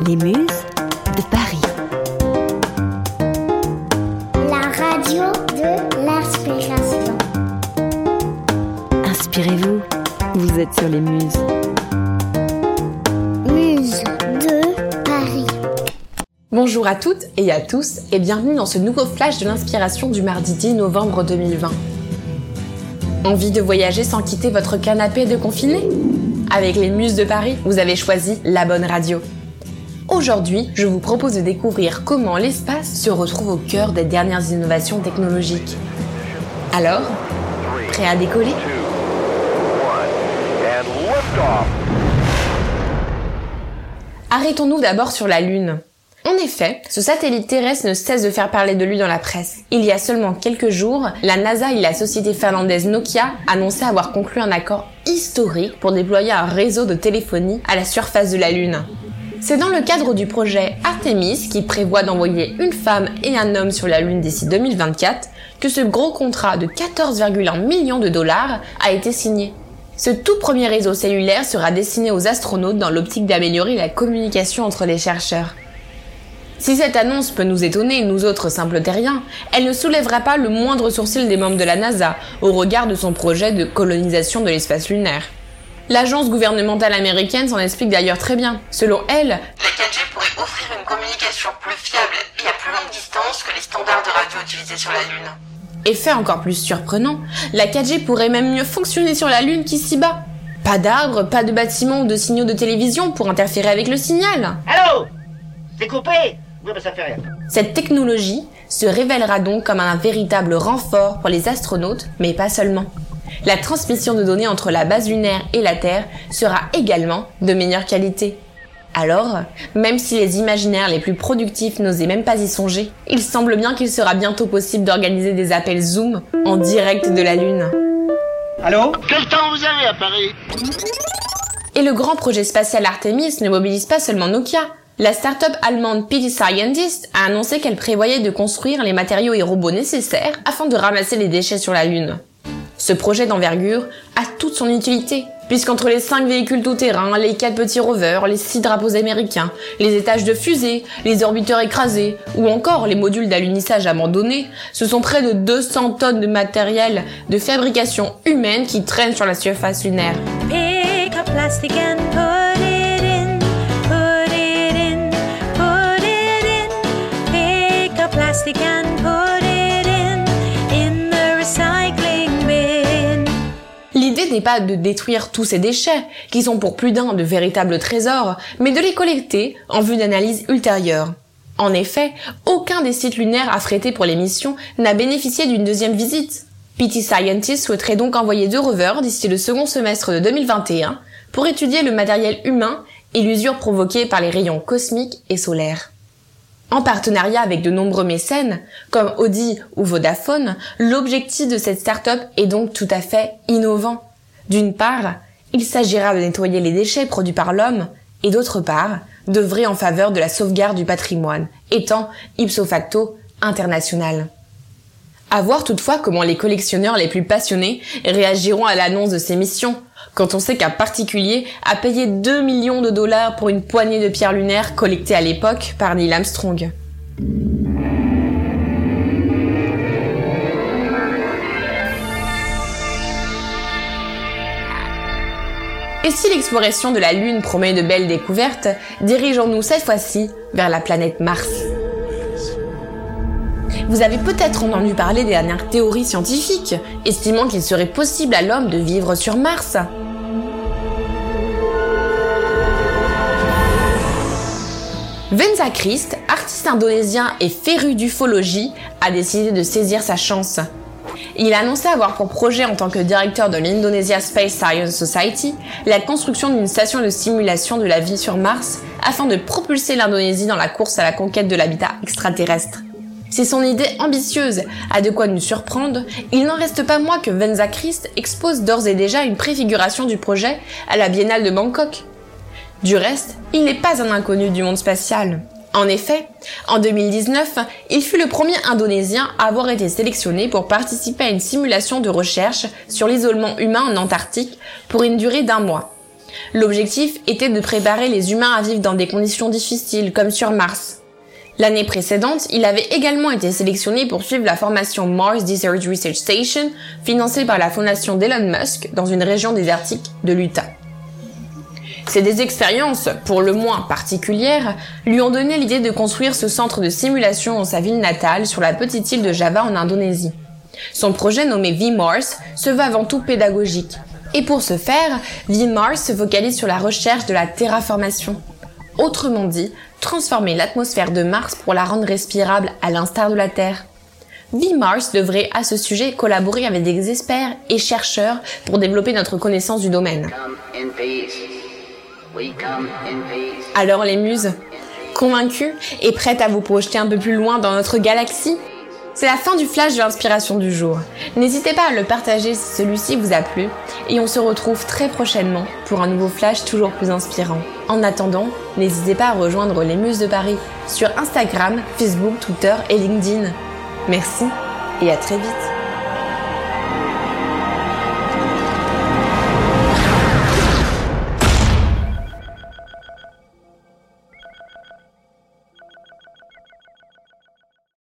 Les Muses de Paris. La radio de l'inspiration. Inspirez-vous, vous êtes sur les Muses. Muses de Paris. Bonjour à toutes et à tous et bienvenue dans ce nouveau flash de l'inspiration du mardi 10 novembre 2020. Envie de voyager sans quitter votre canapé de confiné ? Avec les Muses de Paris, vous avez choisi la bonne radio. Aujourd'hui, je vous propose de découvrir comment l'espace se retrouve au cœur des dernières innovations technologiques. Alors, prêt à décoller ? Arrêtons-nous d'abord sur la Lune. En effet, ce satellite terrestre ne cesse de faire parler de lui dans la presse. Il y a seulement quelques jours, la NASA et la société finlandaise Nokia annonçaient avoir conclu un accord historique pour déployer un réseau de téléphonie à la surface de la Lune. C'est dans le cadre du projet Artemis, qui prévoit d'envoyer une femme et un homme sur la Lune d'ici 2024, que ce gros contrat de 14,1 millions de dollars a été signé. Ce tout premier réseau cellulaire sera destiné aux astronautes dans l'optique d'améliorer la communication entre les chercheurs. Si cette annonce peut nous étonner, nous autres simples terriens, elle ne soulèvera pas le moindre sourcil des membres de la NASA au regard de son projet de colonisation de l'espace lunaire. L'agence gouvernementale américaine s'en explique d'ailleurs très bien. Selon elle, la 4G pourrait offrir une communication plus fiable et à plus longue distance que les standards de radio utilisés sur la Lune. Et fait encore plus surprenant, la 4G pourrait même mieux fonctionner sur la Lune qu'ici-bas. Pas d'arbres, pas de bâtiments ou de signaux de télévision pour interférer avec le signal. Allô ? C'est coupé ? Oui, ça fait rien. Cette technologie se révélera donc comme un véritable renfort pour les astronautes, mais pas seulement. La transmission de données entre la base lunaire et la Terre sera également de meilleure qualité. Alors, même si les imaginaires les plus productifs n'osaient même pas y songer, il semble bien qu'il sera bientôt possible d'organiser des appels Zoom en direct de la Lune. Allô ? Quel temps vous avez à Paris ? Et le grand projet spatial Artemis ne mobilise pas seulement Nokia. La start-up allemande PT Scientist a annoncé qu'elle prévoyait de construire les matériaux et robots nécessaires afin de ramasser les déchets sur la Lune. Ce projet d'envergure a toute son utilité, puisqu'entre les 5 véhicules tout-terrain, les 4 petits rovers, les 6 drapeaux américains, les étages de fusées, les orbiteurs écrasés, ou encore les modules d'alunissage abandonnés, ce sont près de 200 tonnes de matériel de fabrication humaine qui traînent sur la surface lunaire. Pick up plastic and put it in, put it in, put it in. Pick up plastic and put it in the recycling bin. L'idée n'est pas de détruire tous ces déchets, qui sont pour plus d'un de véritables trésors, mais de les collecter en vue d'analyse ultérieure. En effet, aucun des sites lunaires affrétés pour les missions n'a bénéficié d'une deuxième visite. PT Scientist souhaiterait donc envoyer 2 rovers d'ici le second semestre de 2021 pour étudier le matériel humain et l'usure provoquée par les rayons cosmiques et solaires. En partenariat avec de nombreux mécènes, comme Audi ou Vodafone, l'objectif de cette start-up est donc tout à fait innovant. D'une part, il s'agira de nettoyer les déchets produits par l'homme, et d'autre part, d'œuvrer en faveur de la sauvegarde du patrimoine, étant ipso facto international. À voir toutefois comment les collectionneurs les plus passionnés réagiront à l'annonce de ces missions, quand on sait qu'un particulier a payé 2 millions de dollars pour une poignée de pierres lunaires collectées à l'époque par Neil Armstrong. Et si l'exploration de la Lune promet de belles découvertes, dirigeons-nous cette fois-ci vers la planète Mars. Vous avez peut-être entendu parler des dernières théories scientifiques, estimant qu'il serait possible à l'homme de vivre sur Mars. Venza Christ, artiste indonésien et féru d'ufologie, a décidé de saisir sa chance. Il a annoncé avoir pour projet en tant que directeur de l'Indonesia Space Science Society la construction d'une station de simulation de la vie sur Mars afin de propulser l'Indonésie dans la course à la conquête de l'habitat extraterrestre. Si son idée ambitieuse a de quoi nous surprendre, il n'en reste pas moins que Venza Christ expose d'ores et déjà une préfiguration du projet à la Biennale de Bangkok. Du reste, il n'est pas un inconnu du monde spatial. En effet, en 2019, il fut le premier Indonésien à avoir été sélectionné pour participer à une simulation de recherche sur l'isolement humain en Antarctique pour une durée d'1 mois. L'objectif était de préparer les humains à vivre dans des conditions difficiles, comme sur Mars. L'année précédente, il avait également été sélectionné pour suivre la formation Mars Desert Research Station, financée par la fondation d'Elon Musk dans une région désertique de l'Utah. Ces expériences, pour le moins particulières, lui ont donné l'idée de construire ce centre de simulation dans sa ville natale sur la petite île de Java en Indonésie. Son projet nommé V-Mars se veut avant tout pédagogique. Et pour ce faire, V-Mars se focalise sur la recherche de la terraformation. Autrement dit, transformer l'atmosphère de Mars pour la rendre respirable à l'instar de la Terre. V-Mars devrait à ce sujet collaborer avec des experts et chercheurs pour développer notre connaissance du domaine. Alors les muses, convaincues et prêtes à vous projeter un peu plus loin dans notre galaxie ? C'est la fin du flash de l'inspiration du jour. N'hésitez pas à le partager si celui-ci vous a plu et on se retrouve très prochainement pour un nouveau flash toujours plus inspirant. En attendant, n'hésitez pas à rejoindre les Muses de Paris sur Instagram, Facebook, Twitter et LinkedIn. Merci et à très vite.